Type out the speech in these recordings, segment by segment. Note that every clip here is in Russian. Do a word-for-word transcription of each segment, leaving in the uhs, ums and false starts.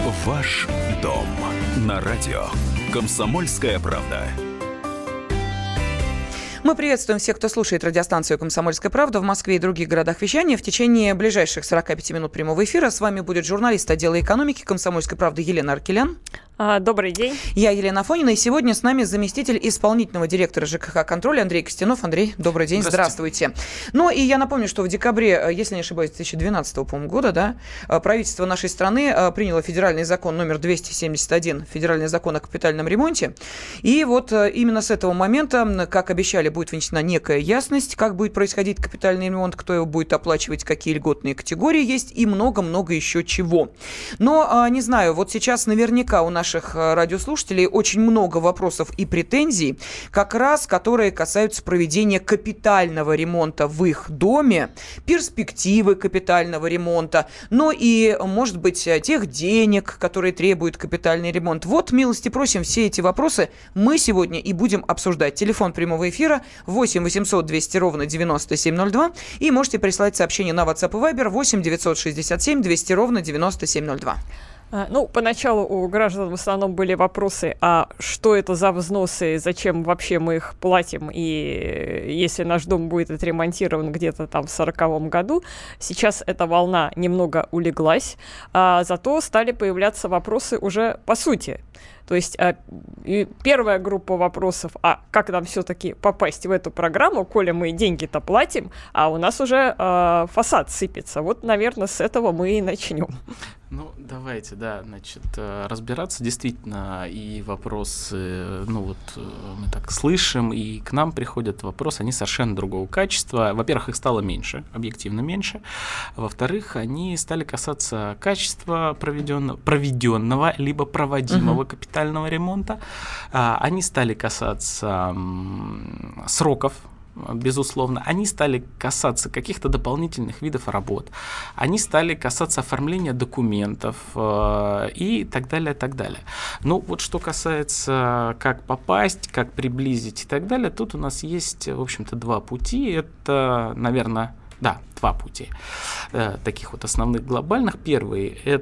Ваш дом на радио «Комсомольская правда». Мы приветствуем всех, кто слушает радиостанцию «Комсомольская правда» в Москве и других городах вещания. В течение ближайших сорока пяти минут прямого эфира с вами будет журналист отдела экономики «Комсомольской правды» Елена Аркелян. Добрый день. Я Елена Афонина, и сегодня с нами заместитель исполнительного директора ЖКХ «Контроль» Андрей Костянов. Андрей, добрый день, здравствуйте. здравствуйте. Ну и я напомню, что в декабре, если не ошибаюсь, две тысячи двенадцатого, по-моему, года, да, правительство нашей страны приняло федеральный закон номер двести семьдесят один, федеральный закон о капитальном ремонте. И вот именно с этого момента, как обещали, будет внесена некая ясность, как будет происходить капитальный ремонт, кто его будет оплачивать, какие льготные категории есть и много-много еще чего. Но, не знаю, вот сейчас наверняка у наших радиослушателей очень много вопросов и претензий, как раз которые касаются проведения капитального ремонта в их доме, перспективы капитального ремонта, но и, может быть, тех денег, которые требует капитальный ремонт. Вот, милости просим, все эти вопросы мы сегодня и будем обсуждать. Телефон прямого эфира восемь восемьсот двести ровно девяносто семь ноль два, и можете прислать сообщение на WhatsApp и Viber восемь девятьсот шестьдесят семь двести ровно девяносто семь ноль два. Ну, поначалу у граждан в основном были вопросы, а что это за взносы, зачем вообще мы их платим, и если наш дом будет отремонтирован где-то там в сороковом году. Сейчас эта волна немного улеглась, а зато стали появляться вопросы уже по сути. То есть а, первая группа вопросов, а как нам все-таки попасть в эту программу, коли мы деньги-то платим, а у нас уже а, фасад сыпется. Вот, наверное, с этого мы и начнем. Ну, давайте, да, значит, разбираться. Действительно, и вопросы, ну вот, мы так слышим, и к нам приходят вопросы, они совершенно другого качества. Во-первых, их стало меньше, объективно меньше. Во-вторых, они стали касаться качества проведенного, проведенного либо проводимого uh-huh. капитального ремонта. Они стали касаться м, сроков, безусловно, они стали касаться каких-то дополнительных видов работ, они стали касаться оформления документов э, и так далее, так далее. Ну, вот что касается как попасть, как приблизить и так далее, тут у нас есть, в общем-то, два пути. Это, наверное, да, два пути, э, таких вот основных глобальных. Первый – это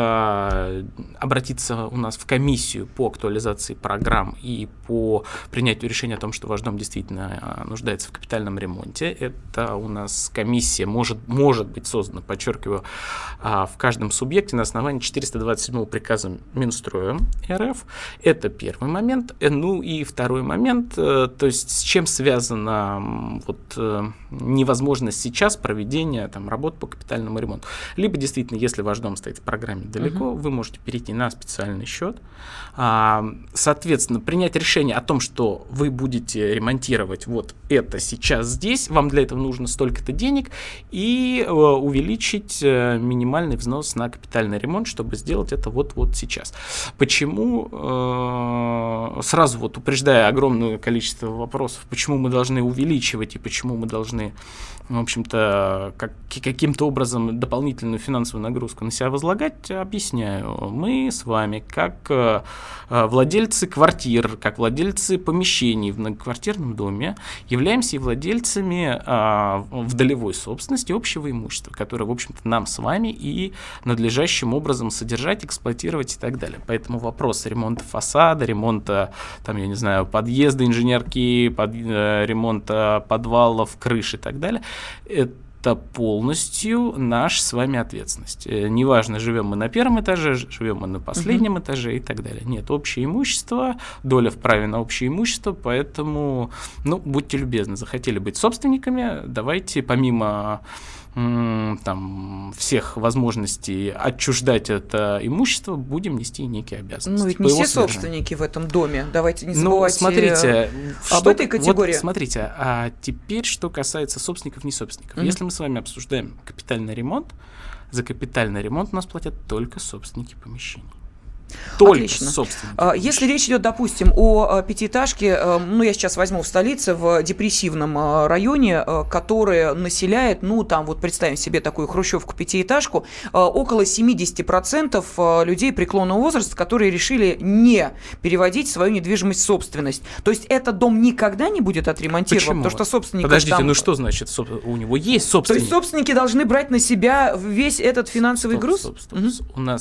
это обратиться у нас в комиссию по актуализации программ и по принятию решения о том, что ваш дом действительно нуждается в капитальном ремонте. Это у нас комиссия может, может быть создана, подчеркиваю, в каждом субъекте на основании четыреста двадцать седьмого приказа Минстроя РФ. Это первый момент. Ну и второй момент, то есть с чем связана вот невозможность сейчас проведения там, работ по капитальному ремонту. Либо действительно, если ваш дом стоит в программе далеко, uh-huh. вы можете перейти на специальный счет. Соответственно, принять решение о том, что вы будете ремонтировать вот это сейчас здесь, вам для этого нужно столько-то денег, и увеличить минимальный взнос на капитальный ремонт, чтобы сделать это вот-вот сейчас. Почему? Сразу вот упреждая огромное количество вопросов, почему мы должны увеличивать и почему мы должны, в общем-то, как, каким-то образом дополнительную финансовую нагрузку на себя возлагать, объясняю. Мы с вами, как э, владельцы квартир, как владельцы помещений в многоквартирном доме, являемся и владельцами э, в долевой собственности общего имущества, которое, в общем-то, нам с вами и надлежащим образом содержать, эксплуатировать и так далее. Поэтому вопрос ремонта фасада, ремонта, там, я не знаю, подъезда, инженерки, под, э, ремонта подвалов, крыш и так далее, это это полностью наша с вами ответственность. Неважно, живем мы на первом этаже, живем мы на последнем uh-huh. этаже и так далее. Нет, общее имущество, доля в праве на общее имущество, поэтому, ну, будьте любезны, захотели быть собственниками, давайте помимо там, всех возможностей отчуждать это имущество, будем нести некие обязанности. Ну, ведь не все собственники в этом доме. Давайте не забывать ну, смотрите, об что, этой категории. Вот, смотрите, а теперь, что касается собственников, не собственников. Mm-hmm. Если мы с вами обсуждаем капитальный ремонт, за капитальный ремонт у нас платят только собственники помещений. Только Отлично. собственники. Если речь идет, допустим, о пятиэтажке, ну, я сейчас возьму в столице, в депрессивном районе, который населяет, ну, там, вот представим себе такую хрущевку-пятиэтажку, около семьдесят процентов людей преклонного возраста, которые решили не переводить свою недвижимость в собственность. То есть этот дом никогда не будет отремонтирован, Почему? потому что собственник... Подождите, там... ну что значит, у него есть собственник? То есть собственники должны брать на себя весь этот финансовый стоп, груз? Стоп, стоп, угу. стоп. У нас...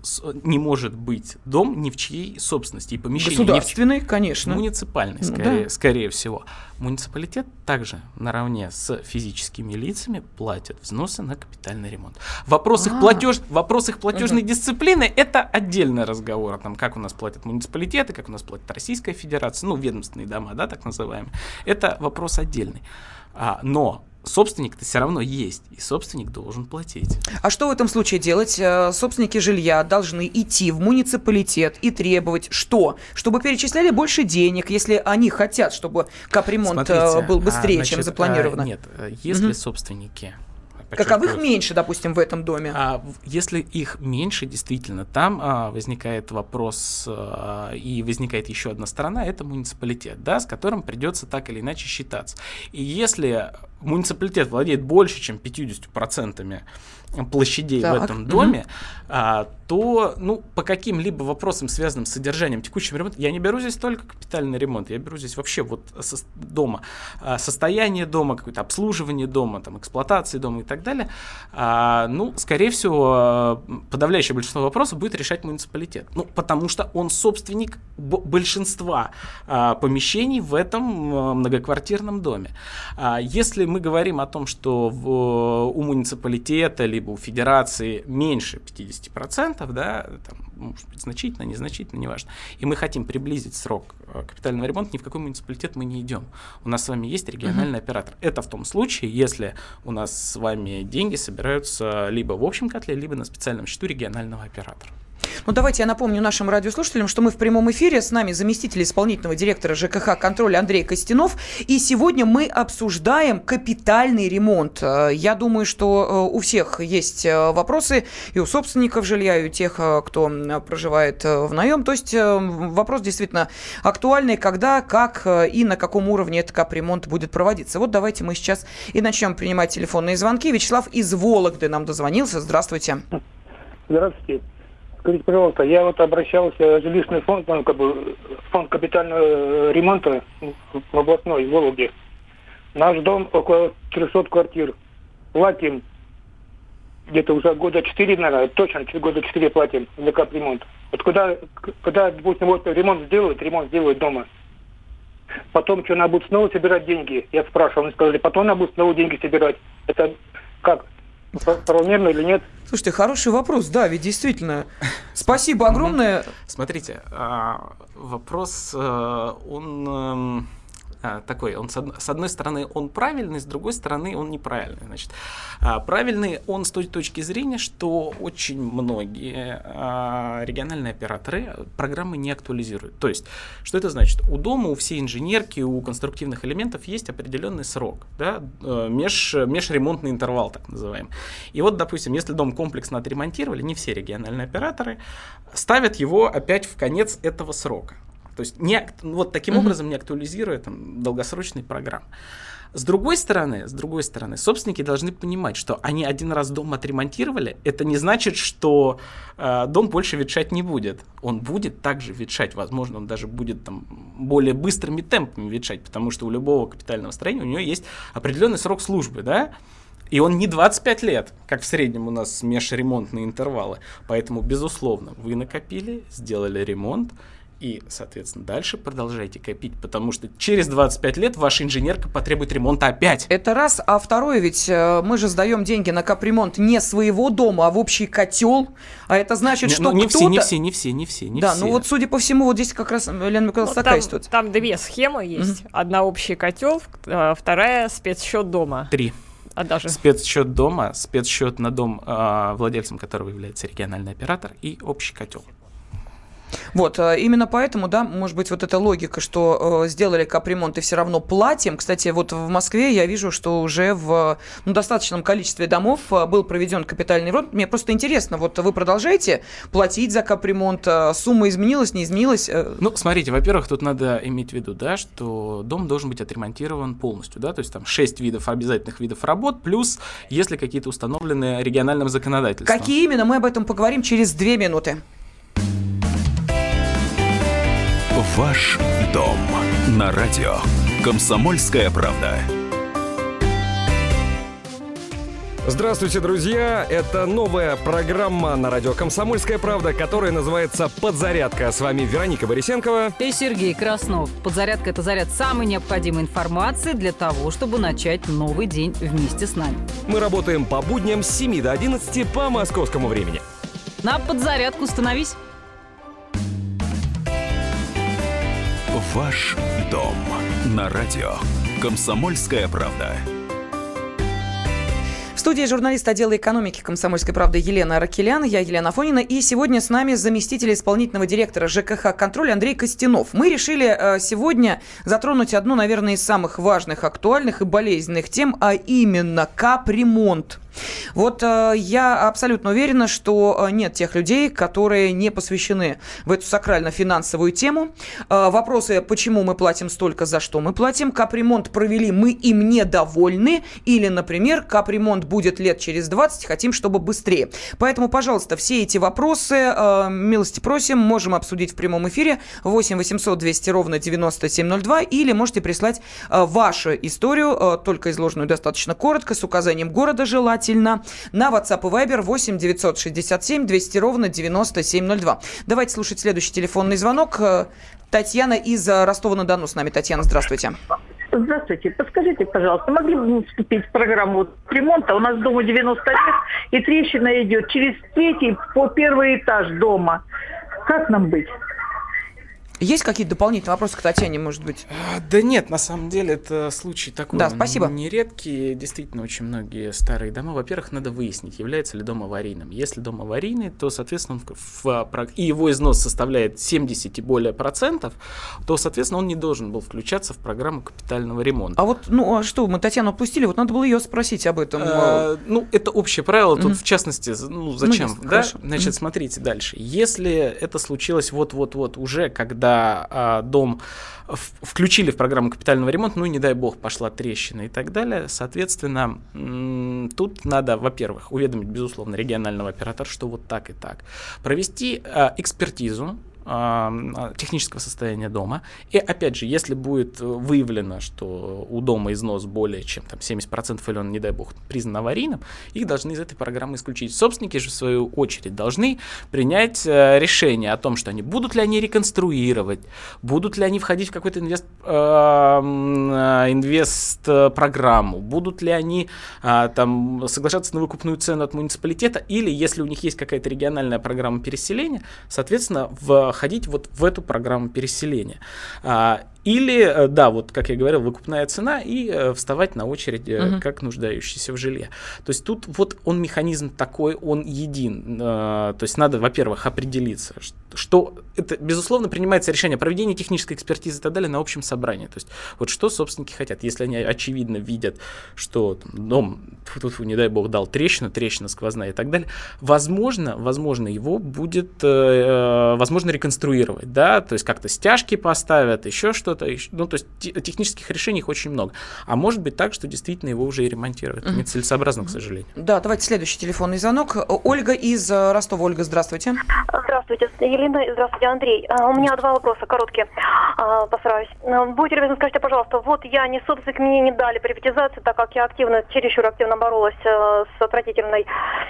не может быть дом ни в чьей собственности и помещение. Государственный, в... конечно. Муниципальный, скорее, ну, да. скорее всего. Муниципалитет также наравне с физическими лицами платит взносы на капитальный ремонт. Вопрос, их, платеж, вопрос их платежной угу. дисциплины – это отдельный разговор. Там, как у нас платят муниципалитеты, как у нас платит Российская Федерация, ну, ведомственные дома, да, так называемые. Это вопрос отдельный. А, но собственник-то все равно есть, и собственник должен платить. А что в этом случае делать? Собственники жилья должны идти в муниципалитет и требовать что? Чтобы перечисляли больше денег, если они хотят, чтобы капремонт Смотрите, был быстрее, а, значит, чем запланировано. А, нет, если угу. собственники... Каковых меньше, допустим, в этом доме? А, если их меньше, действительно, там а, возникает вопрос, а, и возникает еще одна сторона, это муниципалитет, да, с которым придется так или иначе считаться. И если муниципалитет владеет больше, чем пятьюдесятью процентами площадей так. в этом доме, угу. а, то ну, по каким-либо вопросам, связанным с содержанием, текущим ремонтом, я не беру здесь только капитальный ремонт, я беру здесь вообще вот со, дома, а, состояние дома, какое-то обслуживание дома, там, эксплуатации дома и так далее, а, ну, скорее всего, подавляющее большинство вопросов будет решать муниципалитет. Ну, потому что он собственник большинства а, помещений в этом а, многоквартирном доме. А, если мы говорим о том, что в, у муниципалитета либо у федерации меньше пятьдесят процентов, да, там, может быть, значительно, незначительно, неважно, и мы хотим приблизить срок капитального ремонта, ни в какой муниципалитет мы не идем. У нас с вами есть региональный uh-huh. оператор. Это в том случае, если у нас с вами деньги собираются либо в общем котле, либо на специальном счету регионального оператора. Ну, давайте я напомню нашим радиослушателям, что мы в прямом эфире. С нами заместитель исполнительного директора ЖКХ «Контроль» Андрей Костянов. И сегодня мы обсуждаем капитальный ремонт. Я думаю, что у всех есть вопросы, и у собственников жилья, и у тех, кто проживает в наем. То есть вопрос действительно актуальный, когда, как и на каком уровне этот капремонт будет проводиться. Вот давайте мы сейчас и начнем принимать телефонные звонки. Вячеслав из Вологды нам дозвонился. Здравствуйте. Здравствуйте. Скажите, пожалуйста, я вот обращался в жилищный фонд, ну, как бы, фонд капитального ремонта в областной, в Вологде. Наш дом около трехсот квартир. Платим где-то уже года четыре, наверное, точно года четыре платим за капремонт. Вот когда, когда, допустим, вот ремонт сделают, ремонт сделают дома, потом что, надо будет снова собирать деньги? Я спрашивал, они сказали, потом надо будет снова деньги собирать. Это как? Правомерно или нет? Слушайте, хороший вопрос, да, ведь действительно. Спасибо огромное. Смотрите, вопрос, он такой, он с одной стороны он правильный, с другой стороны он неправильный. Значит, правильный он с той точки зрения, что очень многие региональные операторы программы не актуализируют. То есть, что это значит? У дома, у всей инженерки, у конструктивных элементов есть определенный срок, да, меж, межремонтный интервал, так называемый. И вот, допустим, если дом комплексно отремонтировали, не все региональные операторы ставят его опять в конец этого срока. То есть не, вот таким mm-hmm. образом не актуализируя там, долгосрочные программы. С другой стороны, с другой стороны, собственники должны понимать, что они один раз дом отремонтировали, это не значит, что э, дом больше ветшать не будет. Он будет также ветшать, возможно, он даже будет там, более быстрыми темпами ветшать, потому что у любого капитального строения у него есть определенный срок службы, да? И он не двадцать пять лет, как в среднем у нас межремонтные интервалы. Поэтому, безусловно, вы накопили, сделали ремонт, и, соответственно, дальше продолжайте копить, потому что через двадцать пять лет ваша инженерка потребует ремонта опять. Это раз. А второе, ведь мы же сдаем деньги на капремонт не своего дома, а в общий котел. А это значит, не, что ну, не кто-то... Все, не все, не все, не все, не да, все. ну вот, судя по всему, вот здесь как раз, Лена Николаевна, ну, такая там, ситуация. Там две схемы есть. Mm-hmm. Одна общий котел, вторая спецсчет дома. Три. А даже... Спецсчет дома, спецсчет на дом, владельцем которого является региональный оператор, и общий котел. Вот, именно поэтому, да, может быть, вот эта логика, что э, сделали капремонт и все равно платим. Кстати, вот в Москве я вижу, что уже в ну, достаточном количестве домов был проведен капитальный ремонт. Мне просто интересно, вот вы продолжаете платить за капремонт, сумма изменилась, не изменилась? Ну, смотрите, во-первых, тут надо иметь в виду, да, что дом должен быть отремонтирован полностью, да, то есть там шесть видов обязательных видов работ, плюс если какие-то установлены региональным законодательством. Какие именно, мы об этом поговорим через две минуты. Ваш дом на радио «Комсомольская правда». Здравствуйте, друзья! Это новая программа на радио «Комсомольская правда», которая называется «Подзарядка». С вами Вероника Борисенкова и Сергей Краснов. Подзарядка – это заряд самой необходимой информации для того, чтобы начать новый день вместе с нами. Мы работаем по будням с семи до одиннадцати по московскому времени. На подзарядку становись. Ваш дом на радио «Комсомольская правда». В студии журналист отдела экономики «Комсомольской правды» Елена Аракелян, я Елена Афонина, и сегодня с нами заместитель исполнительного директора ЖКХ «Контроль» Андрей Костянов. Мы решили сегодня затронуть одну, наверное, из самых важных, актуальных и болезненных тем, а именно капремонт. Вот э, я абсолютно уверена, что нет тех людей, которые не посвящены в эту сакрально-финансовую тему. Э, вопросы, почему мы платим столько, за что мы платим, капремонт провели, мы им недовольны, или, например, капремонт будет лет через двадцать, хотим, чтобы быстрее. Поэтому, пожалуйста, все эти вопросы, э, милости просим, можем обсудить в прямом эфире восемь восемьсот двести ровно девяносто семь ноль два, или можете прислать э, вашу историю, э, только изложенную достаточно коротко, с указанием города желательно, на WhatsApp и Viber восемь девятьсот шестьдесят семь двести ровно девяносто семь ноль два. Давайте слушать следующий телефонный звонок. Татьяна из Ростова-на-Дону с нами. Татьяна, здравствуйте. Здравствуйте. Подскажите, пожалуйста, могли бы мы вступить в программу ремонта? У нас дому девяносто лет, и трещина идет через третий по первый этаж дома. Как нам быть? Есть какие-то дополнительные вопросы к Татьяне, может быть? Да нет, на самом деле это случай такой. Да, спасибо. Нередкий. Действительно, очень многие старые дома. Во-первых, надо выяснить, является ли дом аварийным. Если дом аварийный, то, соответственно, он в, в, и его износ составляет семьдесят и более процентов, то, соответственно, он не должен был включаться в программу капитального ремонта. А вот, ну, а что, мы Татьяну опустили? Вот надо было ее спросить об этом. А, ну, это общее правило. Тут, mm-hmm. в частности, ну, зачем? Ну, да? Хорошо. Значит, mm-hmm. смотрите дальше. Если это случилось вот-вот-вот уже, когда а, дом в, включили в программу капитального ремонта, ну, не дай бог, пошла трещина и так далее, соответственно, м- тут надо, во-первых, уведомить, безусловно, регионального оператора, что вот так и так, провести а, экспертизу технического состояния дома. И опять же, если будет выявлено, что у дома износ более чем там, семьдесят процентов, или он, не дай бог, признан аварийным, их должны из этой программы исключить. Собственники же, в свою очередь, должны принять э, решение о том, что они будут ли они реконструировать, будут ли они входить в какую-то инвест, э, инвест-программу, будут ли они э, там, соглашаться на выкупную цену от муниципалитета, или, если у них есть какая-то региональная программа переселения, соответственно, в ходить вот в эту программу переселения. Или, да, вот, как я говорил, выкупная цена и э, вставать на очередь э, uh-huh. как нуждающийся в жилье. То есть тут вот он механизм такой, он един. Э, то есть надо, во-первых, определиться, что, что это, безусловно, принимается решение о проведении технической экспертизы и так далее на общем собрании. То есть вот что собственники хотят. Если они очевидно видят, что там, дом, фу-фу-фу, не дай бог, дал трещину, трещина сквозная и так далее, возможно, возможно его будет, э, возможно, реконструировать, да, то есть как-то стяжки поставят, еще что-то. Ну, то есть технических решений их очень много. А может быть так, что действительно его уже и ремонтируют. Mm-hmm. Нецелесообразно, к сожалению. Да, давайте следующий телефонный звонок. Ольга из Ростова. Ольга, здравствуйте. Здравствуйте, Елена. Здравствуйте, Андрей. У меня два вопроса короткие. Постараюсь. Будьте любезны, скажите, пожалуйста, вот я не собственник, мне не дали приватизацию, так как я активно, чересчур активно боролась с отвратительной,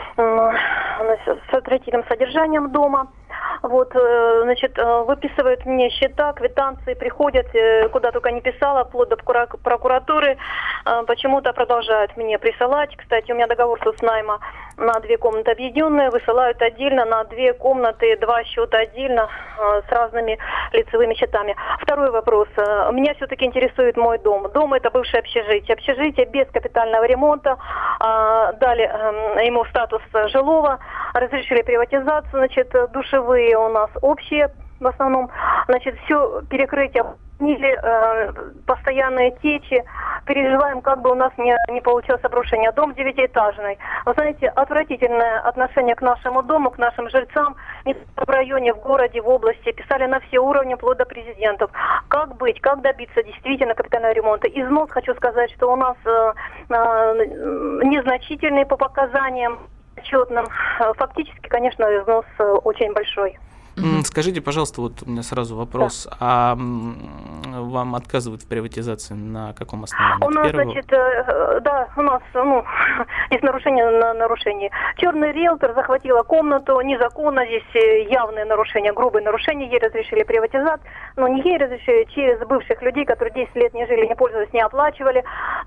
с отвратительным содержанием дома. Вот, значит, выписывают мне счета, квитанции, приходят, куда только не писала, вплоть до прокуратуры, почему-то продолжают мне присылать. Кстати, у меня договор соцнайма на две комнаты объединенные, высылают отдельно на две комнаты, два счета отдельно с разными лицевыми счетами. Второй вопрос. Меня все-таки интересует мой дом. Дом — это бывшее общежитие. Общежитие без капитального ремонта. Дали ему статус жилого, разрешили приватизацию, значит, душевые у нас общие в основном, значит, все перекрытие, э, постоянные течи, переживаем, как бы у нас не, не получилось обрушение. Дом девятиэтажный. Вы знаете, отвратительное отношение к нашему дому, к нашим жильцам, не в районе, в городе, в области, писали на все уровни, вплоть до президентов. Как быть, как добиться действительно капитального ремонта? Износ, хочу сказать, что у нас э, э, незначительный по показаниям отчетным. Фактически, конечно, износ очень большой. Mm-hmm. Скажите, пожалуйста, вот у меня сразу вопрос. Да. А вам отказывают в приватизации? На каком основании? У нас, значит, да, у нас, ну, есть нарушение на нарушении. Черный риэлтор захватила комнату незаконно, здесь явное нарушение, грубое нарушение, ей разрешили приватизацию, но не ей разрешили, через бывших людей, которые десять лет не жили, не пользовались, не оплачивали,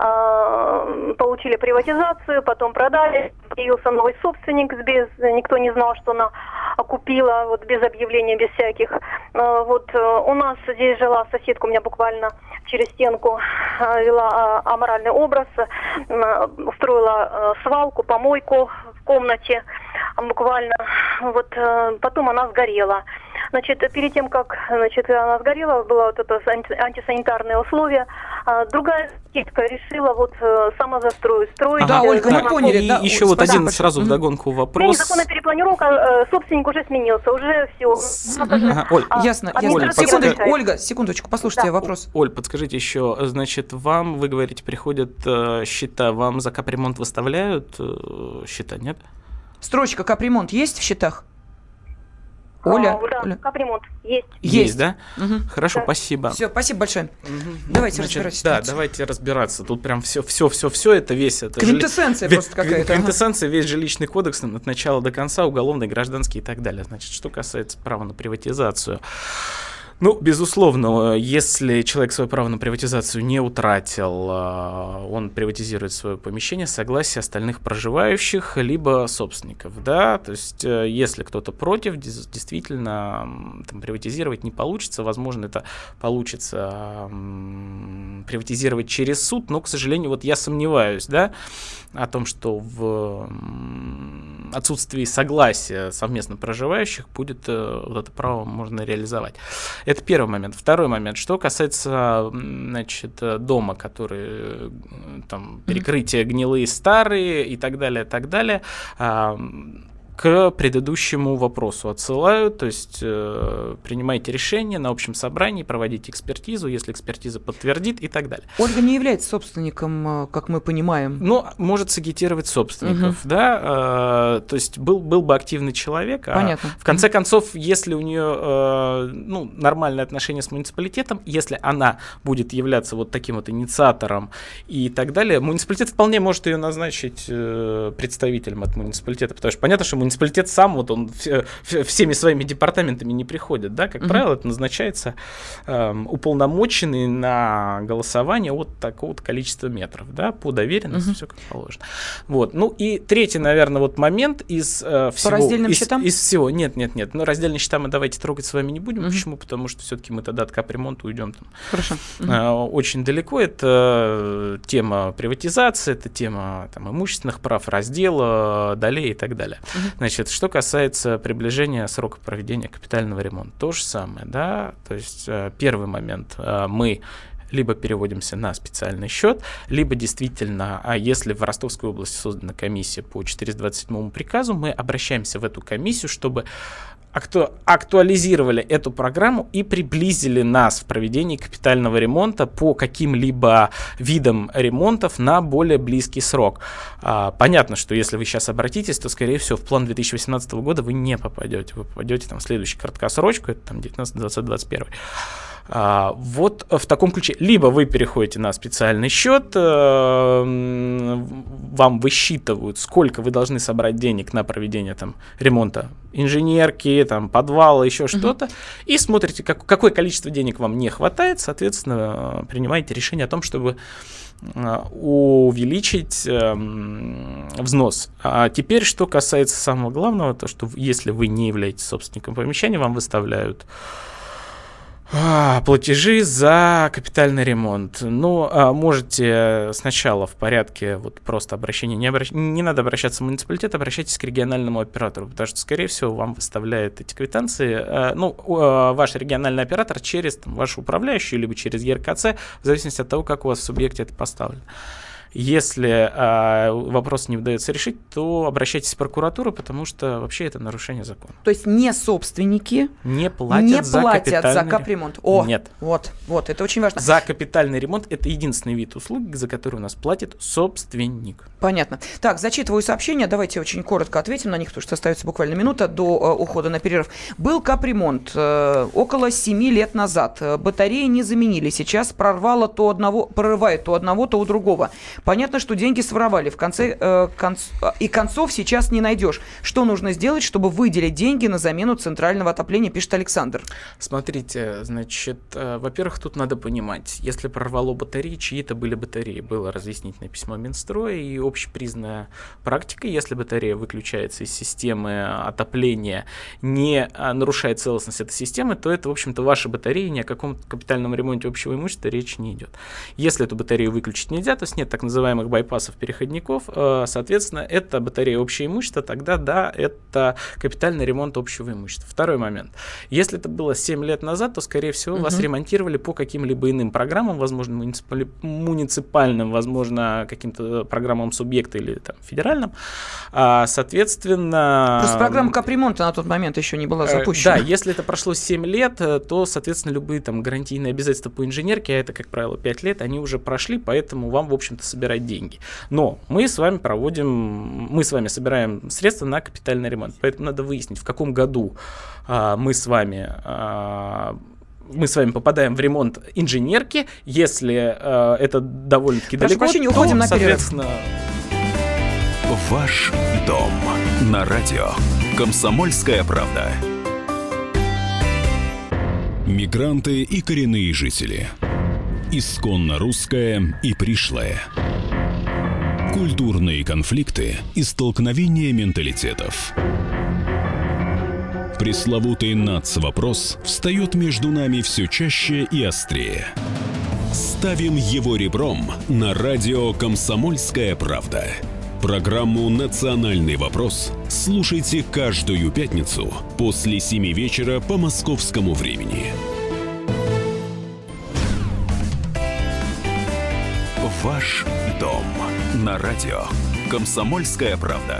получили приватизацию, потом продали, появился новый собственник, без, никто не знал, что она купила, вот без объявления, без всяких. Вот у нас здесь жила соседка, у меня буквально через стенку вела аморальный образ, устроила свалку, помойку в комнате, буквально. Вот потом она сгорела. Значит, перед тем, как, значит, она сгорела, было вот это антисанитарные условия. Другая соседка решила вот самозастроить, строить. Да, Ольга, мы так, поняли. И Да, еще Ольга, вот один спасибо. сразу Мгм. вдогонку Ну, вопрос. незаконная перепланировка, собственник уже сменился, уже все. Ага, Оль, Ясно, А, ясно. Оля, Секунду, подскажите. Ольга, секундочку, послушайте Да. вопрос. Оль, подскажите еще, значит, вам, вы говорите, приходят э, счета, вам за капремонт выставляют э, счета, нет? Строчка «Капремонт» есть в счетах? Оля? А, да, Оля? капремонт есть. Есть. да? Мгм. Хорошо, Да. спасибо. Все, спасибо большое. Мгм. Давайте Значит, разбирать Да, ситуацию. давайте разбираться. Тут прям все, все, все, все это весь это Квинтэссенция жили- просто какая-то, ага. Квинтэссенция, весь жилищный кодекс от начала до конца, уголовный, гражданский и так далее. Значит, что касается права на приватизацию. Ну, безусловно, если человек свое право на приватизацию не утратил, а, он приватизирует свое помещение с согласия остальных проживающих, либо собственников, да, то есть э, если кто-то против, дес- действительно м, там, приватизировать не получится, возможно, это получится м, приватизировать через суд, но, к сожалению, вот я сомневаюсь, да, о том, что в м, отсутствии согласия совместно проживающих будет э, вот это право можно реализовать. Это первый момент. Второй момент. Что касается, м, значит, э, дома, который э, там перекрытия гнилые, старые и так далее, так далее, а, к предыдущему вопросу отсылаю, то есть э, принимайте решение на общем собрании, проводите экспертизу, если экспертиза подтвердит и так далее. Ольга не является собственником, э, как мы понимаем. Ну, может сагитировать собственников, да, э, то есть был, был бы активный человек, а Понятно. в конце концов, если у нее э, ну, нормальные отношения с муниципалитетом, если она будет являться вот таким вот инициатором и так далее, муниципалитет вполне может ее назначить э, представителем от муниципалитета, потому что понятно, что муниципалитет сам, вот он все, все- всеми своими департаментами не приходит, да, как Мгм. правило, это назначается эм, уполномоченный на голосование от такого-то количества метров, да, по доверенности, Мгм. все как положено. Вот, ну и третий, наверное, вот момент из э, всего... раздельным из, счетам? из всего, нет, нет, нет, но раздельные счета мы давайте трогать с вами не будем, Мгм. почему? Потому что все-таки мы тогда от капремонта уйдем там Хорошо. Мгм. э, очень далеко. Это тема приватизации, это тема там, имущественных прав, раздела, долей и так далее. Мгм. Значит, что касается приближения срока проведения капитального ремонта, то же самое, да, то есть э, первый момент, э, мы либо переводимся на специальный счет, либо действительно, а если в Ростовской области создана комиссия по четыреста двадцать седьмому приказу, мы обращаемся в эту комиссию, чтобы акту- актуализировали эту программу и приблизили нас в проведении капитального ремонта по каким-либо видам ремонтов на более близкий срок. А, понятно, что если вы сейчас обратитесь, то, скорее всего, в план две тысячи восемнадцатого года вы не попадете. Вы попадете там, в следующую краткосрочку, это там девятнадцатый, двадцатый, двадцать первый. А, вот в таком ключе. Либо вы переходите на специальный счет, э, м, вам высчитывают, сколько вы должны собрать денег на проведение там, ремонта инженерки, там, подвала, еще что-то, и смотрите, как, какое количество денег вам не хватает, соответственно, э, принимаете решение о том, чтобы э, увеличить э, м, взнос. А теперь, что касается самого главного, то, что если вы не являетесь собственником помещения, вам выставляют А, платежи за капитальный ремонт. Ну, а, можете сначала в порядке вот просто обращения, не, обращ... не надо обращаться в муниципалитет, обращайтесь к региональному оператору, потому что, скорее всего, вам выставляют эти квитанции, а, ну, а, ваш региональный оператор через там, вашу управляющую, либо через ЕРКЦ, в зависимости от того, как у вас в субъекте это поставлено. Если а, вопрос не удается решить, то обращайтесь в прокуратуру, потому что вообще это нарушение закона. То есть не собственники не платят, не за, платят капитальный... за капремонт. О, Нет. Вот, вот, это очень важно. За капитальный ремонт это единственный вид услуги, за который у нас платит собственник. Понятно. Так, зачитываю сообщения. Давайте очень коротко ответим на них, потому что остается буквально минута до э, ухода на перерыв. Был капремонт э, около семи лет назад. Батареи не заменили. Сейчас прорвало то одного, прорывает то одного, то у другого. Понятно, что деньги своровали. В конце э, конц... и концов сейчас не найдешь. Что нужно сделать, чтобы выделить деньги на замену центрального отопления, пишет Александр. Смотрите, значит, э, во-первых, тут надо понимать, если прорвало батареи, чьи это были батареи. Было разъяснительное письмо Минстроя и общепризнанная практика. Если батарея выключается из системы отопления, не нарушает целостность этой системы, то это, в общем-то, ваши батареи, ни о каком капитальном ремонте общего имущества речи не идет. Если эту батарею выключить нельзя, то есть нет так называемых байпасов, переходников, соответственно, это батарея общего имущества, тогда да, это капитальный ремонт общего имущества. Второй момент. Если это было семь лет назад, то, скорее всего, вас uh-huh. ремонтировали по каким-либо иным программам, возможно, муниципальным, возможно, каким-то программам субъекта или там, федеральным. А, соответственно... Просто программа капремонта на тот момент еще не была запущена. Да, если это прошло семь лет, то, соответственно, любые там гарантийные обязательства по инженерке, а это, как правило, пять лет, они уже прошли, поэтому вам, в общем-то, собирать деньги. Но мы с вами проводим, мы с вами собираем средства на капитальный ремонт, поэтому надо выяснить, в каком году а, мы с вами... А, мы с вами попадаем в ремонт инженерки, если э, это довольно-таки Прошу далеко, прощения, то, уходим на соответственно... Ваш дом на радио «Комсомольская правда». Мигранты и коренные жители. Исконно русское и пришлое. Культурные конфликты и столкновения менталитетов. Пресловутый нацвопрос встает между нами все чаще и острее. Ставим его ребром на радио «Комсомольская правда». Программу «Национальный вопрос» слушайте каждую пятницу после семи вечера по московскому времени. Ваш дом на радио «Комсомольская правда».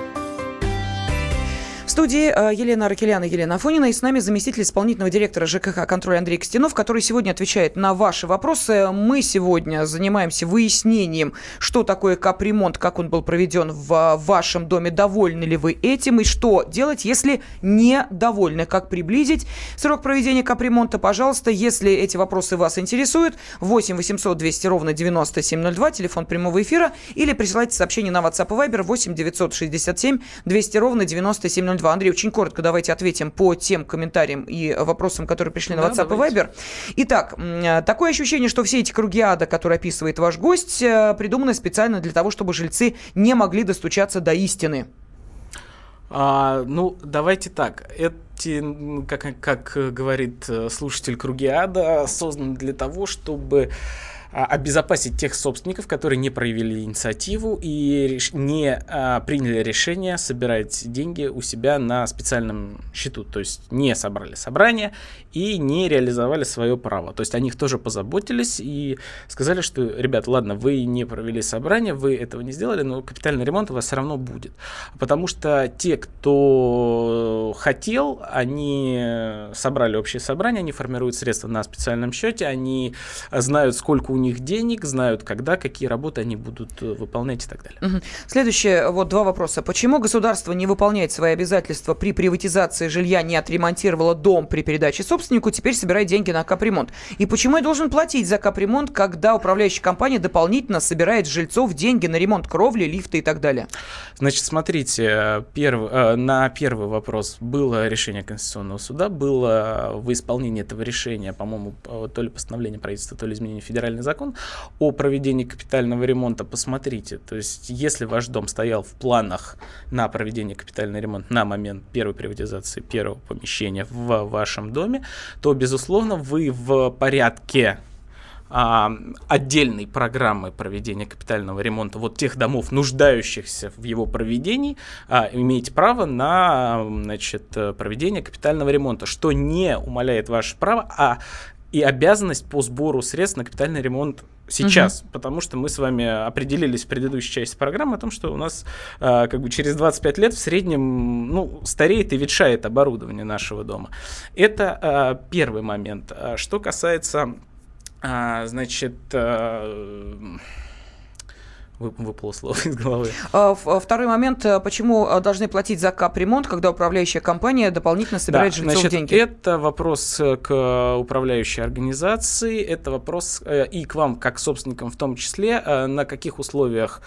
В студии Елена Аракелян и Елена Афонина, и с нами заместитель исполнительного директора ЖКХ «Контроль» Андрей Костянов, который сегодня отвечает на ваши вопросы. Мы сегодня занимаемся выяснением, что такое капремонт, как он был проведен в вашем доме, довольны ли вы этим, и что делать, если недовольны, как приблизить срок проведения капремонта. Пожалуйста, если эти вопросы вас интересуют, восемь восемьсот двести ровно девяносто семь ноль два, телефон прямого эфира, или присылайте сообщение на WhatsApp и Viber восемь девятьсот шестьдесят семь двести ровно девяносто семь ноль два. Андрей, очень коротко давайте ответим по тем комментариям и вопросам, которые пришли на WhatsApp да, и Viber. Итак, такое ощущение, что все эти круги ада, которые описывает ваш гость, придуманы специально для того, чтобы жильцы не могли достучаться до истины. А, ну, давайте так. Эти, как, как говорит слушатель, круги ада созданы для того, чтобы обезопасить тех собственников, которые не проявили инициативу и не а, приняли решение собирать деньги у себя на специальном счету. То есть не собрали собрание и не реализовали свое право. То есть о них тоже позаботились и сказали, что, ребята, ладно, вы не провели собрание, вы этого не сделали, но капитальный ремонт у вас все равно будет. Потому что те, кто хотел, они собрали общее собрание, они формируют средства на специальном счете, они знают, сколько у у них денег, знают, когда, какие работы они будут выполнять и так далее. Угу. Следующее, вот два вопроса. Почему государство не выполняет свои обязательства при приватизации жилья, не отремонтировало дом при передаче собственнику, теперь собирает деньги на капремонт? И почему я должен платить за капремонт, когда управляющая компания дополнительно собирает с жильцов деньги на ремонт кровли, лифта и так далее? Значит, смотрите, перв... на первый вопрос было решение Конституционного суда, было в исполнении этого решения, по-моему, то ли постановление правительства, то ли изменение федерального закон о проведении капитального ремонта. Посмотрите, то есть если ваш дом стоял в планах на проведение капитального ремонта на момент первой приватизации первого помещения в вашем доме, то, безусловно, вы в порядке а, отдельной программы проведения капитального ремонта вот тех домов, нуждающихся в его проведении, а, имеете право на, значит, проведение капитального ремонта, что не умаляет ваше право, а и обязанность по сбору средств на капитальный ремонт сейчас, угу. потому что мы с вами определились в предыдущей части программы о том, что у нас а, как бы через двадцать пять лет в среднем ну, стареет и ветшает оборудование нашего дома. Это а, первый момент. А, что касается, а, значит... А, выпало слово из головы. Второй момент. Почему должны платить за капремонт, когда управляющая компания дополнительно собирает да, жильцов значит, деньги? Это вопрос к управляющей организации, это вопрос и к вам, как собственникам в том числе, на каких условиях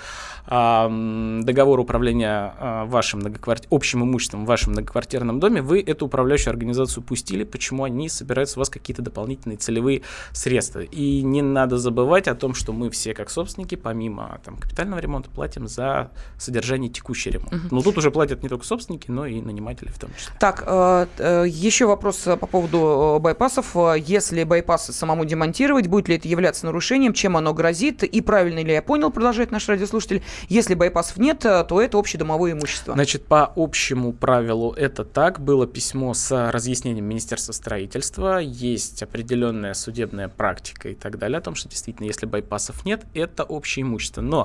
договор управления вашим многокварти... общим имуществом в вашем многоквартирном доме вы эту управляющую организацию пустили, почему они собирают с вас какие-то дополнительные целевые средства. И не надо забывать о том, что мы все, как собственники, помимо там, капитального ремонта, платим за содержание текущий ремонт. Uh-huh. Но тут уже платят не только собственники, но и наниматели в том числе. Так, еще вопрос по поводу байпасов. Если байпасы самому демонтировать, будет ли это являться нарушением, чем оно грозит? И правильно ли я понял, продолжает наш радиослушатель, если байпасов нет, то это общедомовое имущество? Значит, по общему правилу это так. Было письмо с разъяснением Министерства строительства, есть определенная судебная практика и так далее о том, что действительно, если байпасов нет, это общее имущество. Но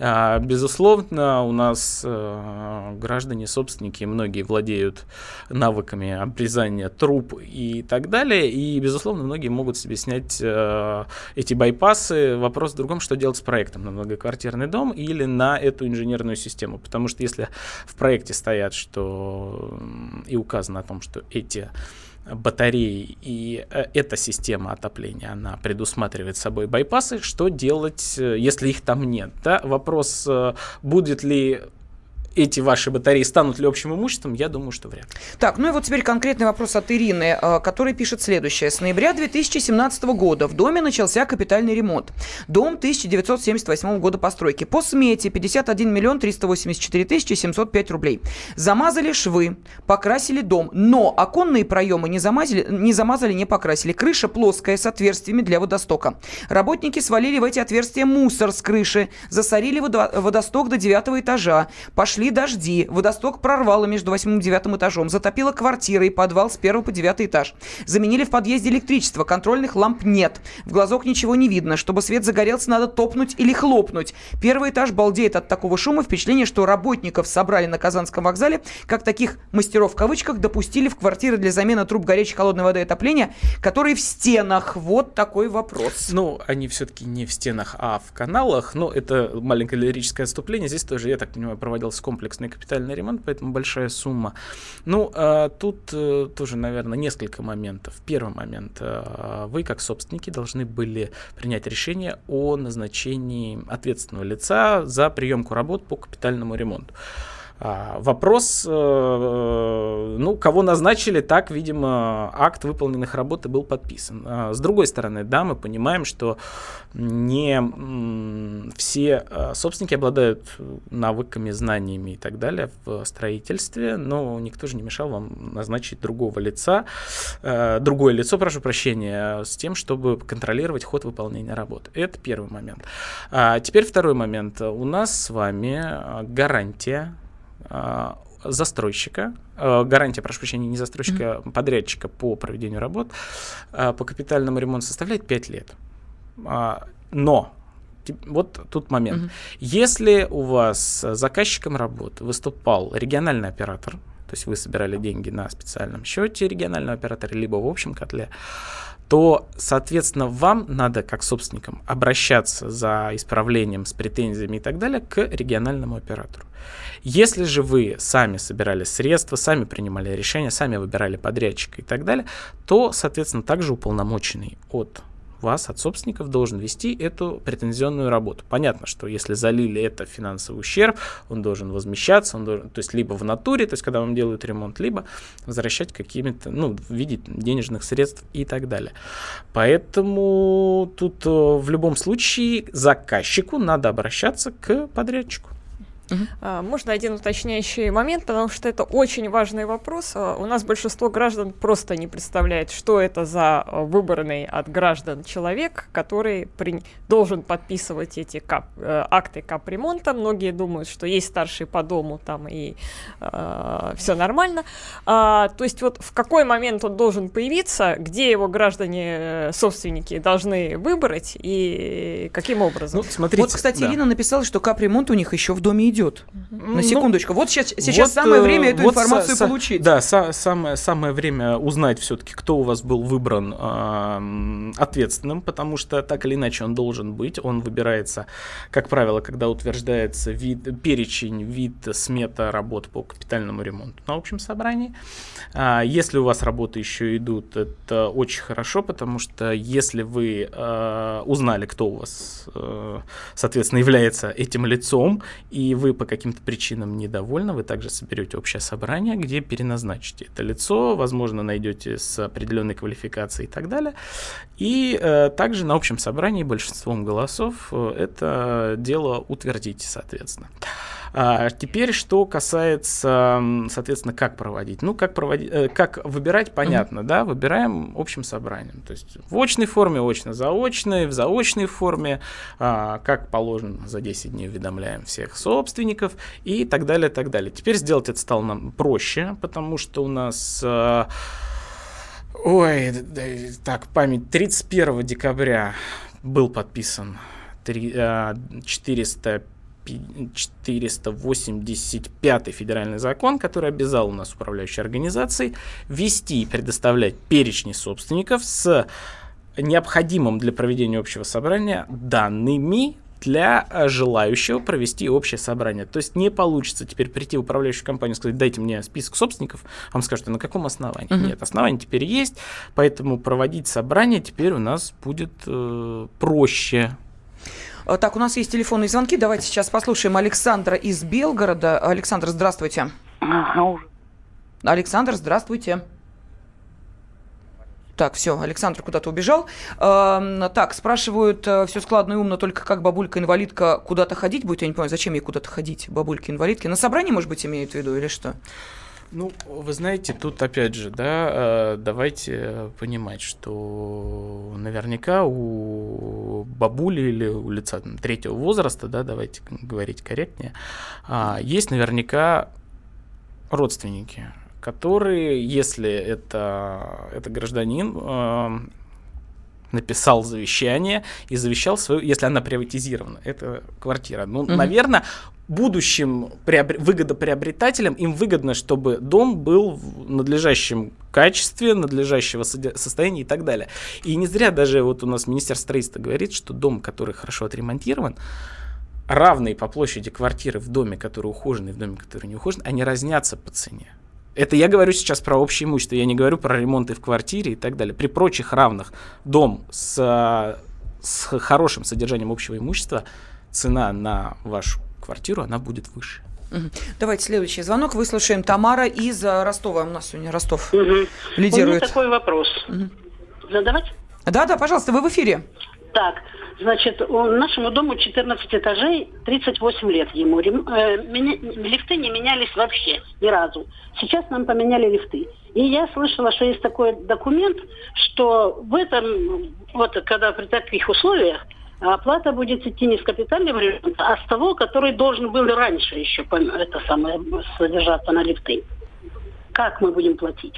безусловно, у нас граждане, собственники, многие владеют навыками обрезания труб и так далее, и, безусловно, многие могут себе снять эти байпасы. Вопрос в другом, что делать с проектом на многоквартирный дом или на эту инженерную систему, потому что если в проекте стоят, что и указано о том, что эти батареи и э, эта система отопления, она предусматривает собой байпасы, что делать, если их там нет? Да? Вопрос, э, будет ли эти ваши батареи станут ли общим имуществом, я думаю, что вряд ли. Так, ну и вот теперь конкретный вопрос от Ирины, который пишет следующее. С ноября две тысячи семнадцатого года в доме начался капитальный ремонт. Дом тысяча девятьсот семьдесят восьмого года постройки. По смете пятьдесят один миллион триста восемьдесят четыре тысячи семьсот пять рублей. Замазали швы, покрасили дом, но оконные проемы не замазали, не замазали, не покрасили. Крыша плоская с отверстиями для водостока. Работники свалили в эти отверстия мусор с крыши, засорили водо- водосток до девятого этажа. Пошли дожди, водосток прорвало между восьмым и девятым этажом, затопило квартиры и подвал с первого по девятый этаж. Заменили в подъезде электричество, контрольных ламп нет. В глазок ничего не видно. Чтобы свет загорелся, надо топнуть или хлопнуть. Первый этаж балдеет от такого шума. Впечатление, что работников собрали на Казанском вокзале, как таких мастеров в кавычках допустили в квартиры для замены труб горячей холодной воды и отопления, которые в стенах. Вот такой вопрос. Ну, они все-таки не в стенах, а в каналах. Но это маленькое лирическое отступление. Здесь тоже, я так понимаю, проводился комплексный капитальный ремонт, поэтому большая сумма. Ну, а, тут а, тоже, наверное, несколько моментов. Первый момент. А, вы, как собственники, должны были принять решение о назначении ответственного лица за приемку работ по капитальному ремонту. А, вопрос, э, ну, кого назначили, так, видимо, акт выполненных работ и был подписан. А, с другой стороны, да, мы понимаем, что не м, все э, собственники обладают навыками, знаниями и так далее в строительстве, но никто же не мешал вам назначить другого лица, э, другое лицо, прошу прощения, с тем, чтобы контролировать ход выполнения работ. Это первый момент. А теперь второй момент. У нас с вами гарантия застройщика, гарантия, прошу прощения, не застройщика, mm-hmm. подрядчика по проведению работ по капитальному ремонту составляет пять лет. Но вот тут момент. Mm-hmm. Если у вас заказчиком работ выступал региональный оператор, то есть вы собирали деньги на специальном счете регионального оператора, либо в общем котле, то, соответственно, вам надо, как собственникам, обращаться за исправлением с претензиями и так далее к региональному оператору. Если же вы сами собирали средства, сами принимали решения, сами выбирали подрядчика и так далее, то, соответственно, также уполномоченный от вас, от собственников, должен вести эту претензионную работу. Понятно, что если залили это финансовый ущерб, он должен возмещаться, он должен, то есть либо в натуре, то есть когда вам делают ремонт, либо возвращать какими-то, ну, в виде денежных средств и так далее. Поэтому тут в любом случае заказчику надо обращаться к подрядчику. Uh-huh. Можно один уточняющий момент, потому что это очень важный вопрос. У нас большинство граждан просто не представляет, что это за выбранный от граждан человек, который при... должен подписывать эти кап... акты капремонта. Многие думают, что есть старший по дому там и э, все нормально. А, то есть вот в какой момент он должен появиться, где его граждане, собственники должны выбрать и каким образом? Ну, смотрите, вот, кстати, да. Ирина написала, что капремонт у них еще в доме идет. Угу. На секундочку. Ну, вот сейчас, сейчас вот, самое время эту вот информацию со, получить. Да, со, самое, самое время узнать все-таки, кто у вас был выбран э, ответственным, потому что так или иначе он должен быть. Он выбирается, как правило, когда утверждается вид, перечень, вид, смета работ по капитальному ремонту на общем собрании. А, если у вас работы еще идут, это очень хорошо, потому что если вы э, узнали, кто у вас, э, соответственно, является этим лицом, и вы по каким-то причинам недовольны, вы также соберете общее собрание, где переназначите это лицо, возможно, найдете с определенной квалификацией и так далее. И э, также на общем собрании большинством голосов э, это дело утвердите, соответственно. А теперь, что касается, соответственно, как проводить. Ну, как, проводить, э, как выбирать, понятно, mm-hmm. да, выбираем общим собранием. То есть в очной форме, очно-заочной, в заочной форме, а, как положено, за десять дней уведомляем всех собственников и так далее, так далее. Теперь сделать это стало нам проще, потому что у нас... А, ой, так, память, тридцать первого декабря был подписан четыреста восемьдесят пятый федеральный закон, который обязал у нас управляющие организации вести и предоставлять перечни собственников с необходимым для проведения общего собрания данными для желающего провести общее собрание. То есть не получится теперь прийти в управляющую компанию и сказать, дайте мне список собственников, вам скажут, а на каком основании? Uh-huh. Нет, основание теперь есть, поэтому проводить собрание теперь у нас будет э, проще. Так, у нас есть телефонные звонки. Давайте сейчас послушаем Александра из Белгорода. Александр, здравствуйте. Александр, здравствуйте. Так, все, Александр куда-то убежал. Э, так, спрашивают, э, все складно и умно, только как бабулька-инвалидка куда-то ходить будет? Я не понимаю, зачем ей куда-то ходить, бабульки-инвалидки? На собрании, может быть, имеют в виду или что? Ну, вы знаете, тут опять же, да, давайте понимать, что наверняка у бабули или у лица третьего возраста, да, давайте говорить корректнее, есть наверняка родственники, которые, если это, это гражданин, написал завещание и завещал свою, если она приватизирована, это квартира. Ну, mm-hmm. наверное, будущим приобр... выгодоприобретателям им выгодно, чтобы дом был в надлежащем качестве, надлежащего состояния и так далее. И не зря даже вот у нас Министерство строительства говорит, что дом, который хорошо отремонтирован, равные по площади квартиры в доме, который ухожен, и в доме, который не ухожен, они разнятся по цене. Это я говорю сейчас про общее имущество, я не говорю про ремонты в квартире и так далее. При прочих равных дом с, с хорошим содержанием общего имущества, цена на вашу квартиру, она будет выше. Угу. Давайте следующий звонок выслушаем. Тамара из Ростова. У нас сегодня Ростов угу. лидирует. У меня такой вопрос. Угу. Задавать? Да-да, пожалуйста, вы в эфире. Так, значит, нашему дому четырнадцать этажей, тридцать восемь лет ему. Э, меня, лифты не менялись вообще ни разу. Сейчас нам поменяли лифты. И я слышала, что есть такой документ, что в этом, вот когда при таких условиях, оплата будет идти не с капитального ремонта, а с того, который должен был раньше еще это самое, содержаться на лифты. Как мы будем платить?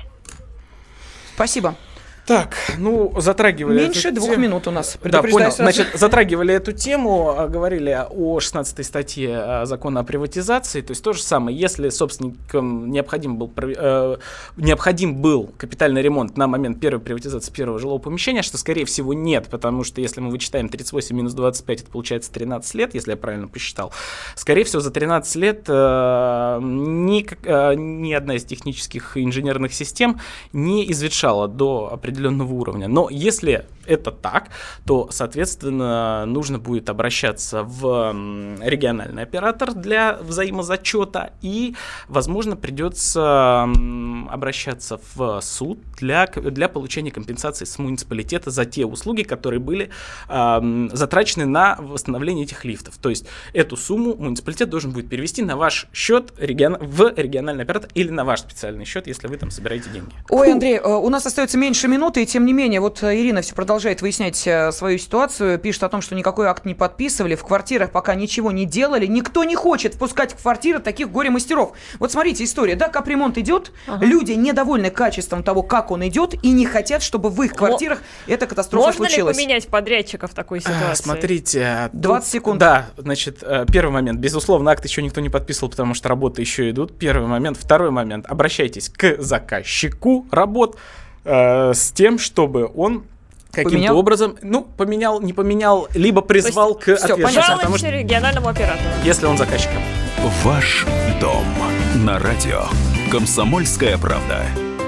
Спасибо. Так, ну, затрагивали... Меньше эту двух тему. Минут у нас. Да, понял. Значит, затрагивали эту тему, говорили о шестнадцатой статье закона о приватизации. То есть то же самое, если собственникам необходим был, э, необходим был капитальный ремонт на момент первой приватизации первого жилого помещения, что, скорее всего, нет, потому что если мы вычитаем тридцать восемь минус двадцать пять, это получается тринадцать лет, если я правильно посчитал. Скорее всего, за тринадцать лет э, ни, э, ни одна из технических инженерных систем не изветшала до определенного определенного уровня. Но если это так, то, соответственно, нужно будет обращаться в региональный оператор для взаимозачета, и, возможно, придется обращаться в суд для, для получения компенсации с муниципалитета за те услуги, которые были э, затрачены на восстановление этих лифтов. То есть эту сумму муниципалитет должен будет перевести на ваш счет регион, в региональный оператор или на ваш специальный счет, если вы там собираете деньги. Ой, Андрей, у нас остается меньше минуты, и тем не менее, вот Ирина все продолжает выяснять свою ситуацию, пишет о том, что никакой акт не подписывали, в квартирах пока ничего не делали, никто не хочет впускать в квартиры таких горе-мастеров. Вот смотрите, история, да, капремонт идет, ага. люди недовольны качеством того, как он идет, и не хотят, чтобы в их квартирах Но... эта катастрофа Можно случилась. Можно ли поменять подрядчика в такой ситуации? А, смотрите. двадцать секунд. Да, значит, первый момент. Безусловно, акт еще никто не подписывал, потому что работы еще идут. Первый момент. Второй момент. Обращайтесь к заказчику работ э, с тем, чтобы он каким-то поменял? образом, ну, поменял, не поменял, либо призвал к ответственности. Потому что региональному оператору. Если он заказчик. Ваш дом на радио «Комсомольская правда».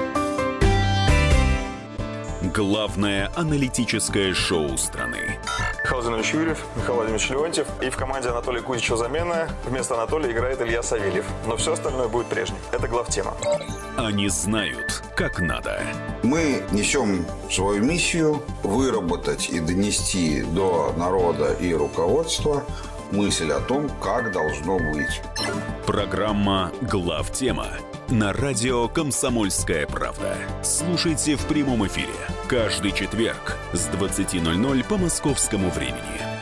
Главное аналитическое шоу страны. Михаил Владимирович Юрьев, Михаил Владимирович Леонтьев. И в команде Анатолия Кузичева замена. Вместо Анатолия играет Илья Савельев. Но все остальное будет прежним. Это главтема. Они знают, как надо. Мы несем свою миссию выработать и донести до народа и руководства мысль о том, как должно быть. Программа «Главтема» на радио «Комсомольская правда». Слушайте в прямом эфире каждый четверг с двадцати ноль-ноль по московскому времени.